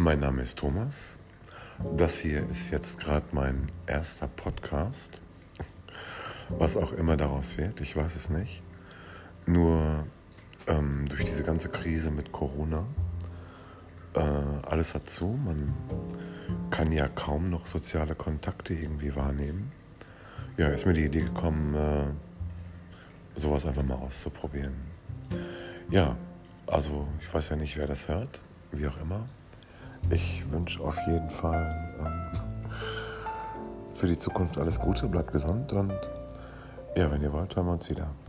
Mein Name ist Thomas. Das hier ist jetzt gerade mein erster Podcast. Was auch immer daraus wird, ich weiß es nicht. Nur durch diese ganze Krise mit Corona, alles hat zu. Man kann ja kaum noch soziale Kontakte irgendwie wahrnehmen. Ja, ist mir die Idee gekommen, sowas einfach mal auszuprobieren. Ja, also ich weiß ja nicht, wer das hört, wie auch immer. Ich wünsche auf jeden Fall für die Zukunft alles Gute, bleibt gesund und ja, wenn ihr wollt, hören wir uns wieder.